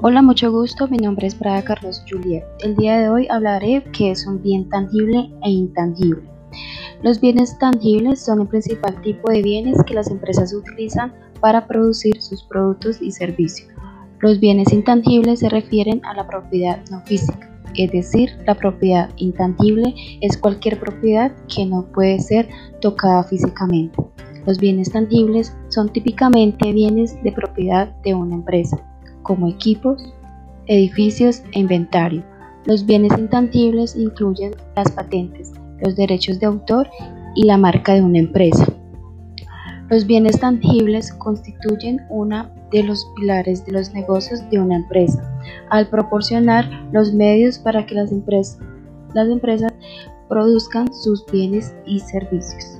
Hola, mucho gusto. Mi nombre es Brada Carlos Juliet. El día de hoy hablaré qué es un bien tangible e intangible. Los bienes tangibles son el principal tipo de bienes que las empresas utilizan para producir sus productos y servicios. Los bienes intangibles se refieren a la propiedad no física, es decir, la propiedad intangible es cualquier propiedad que no puede ser tocada físicamente. Los bienes tangibles son típicamente bienes de propiedad de una empresa, como equipos, edificios e inventario. Los bienes intangibles incluyen las patentes, los derechos de autor y la marca de una empresa. Los bienes tangibles constituyen uno de los pilares de los negocios de una empresa, al proporcionar los medios para que las empresas produzcan sus bienes y servicios.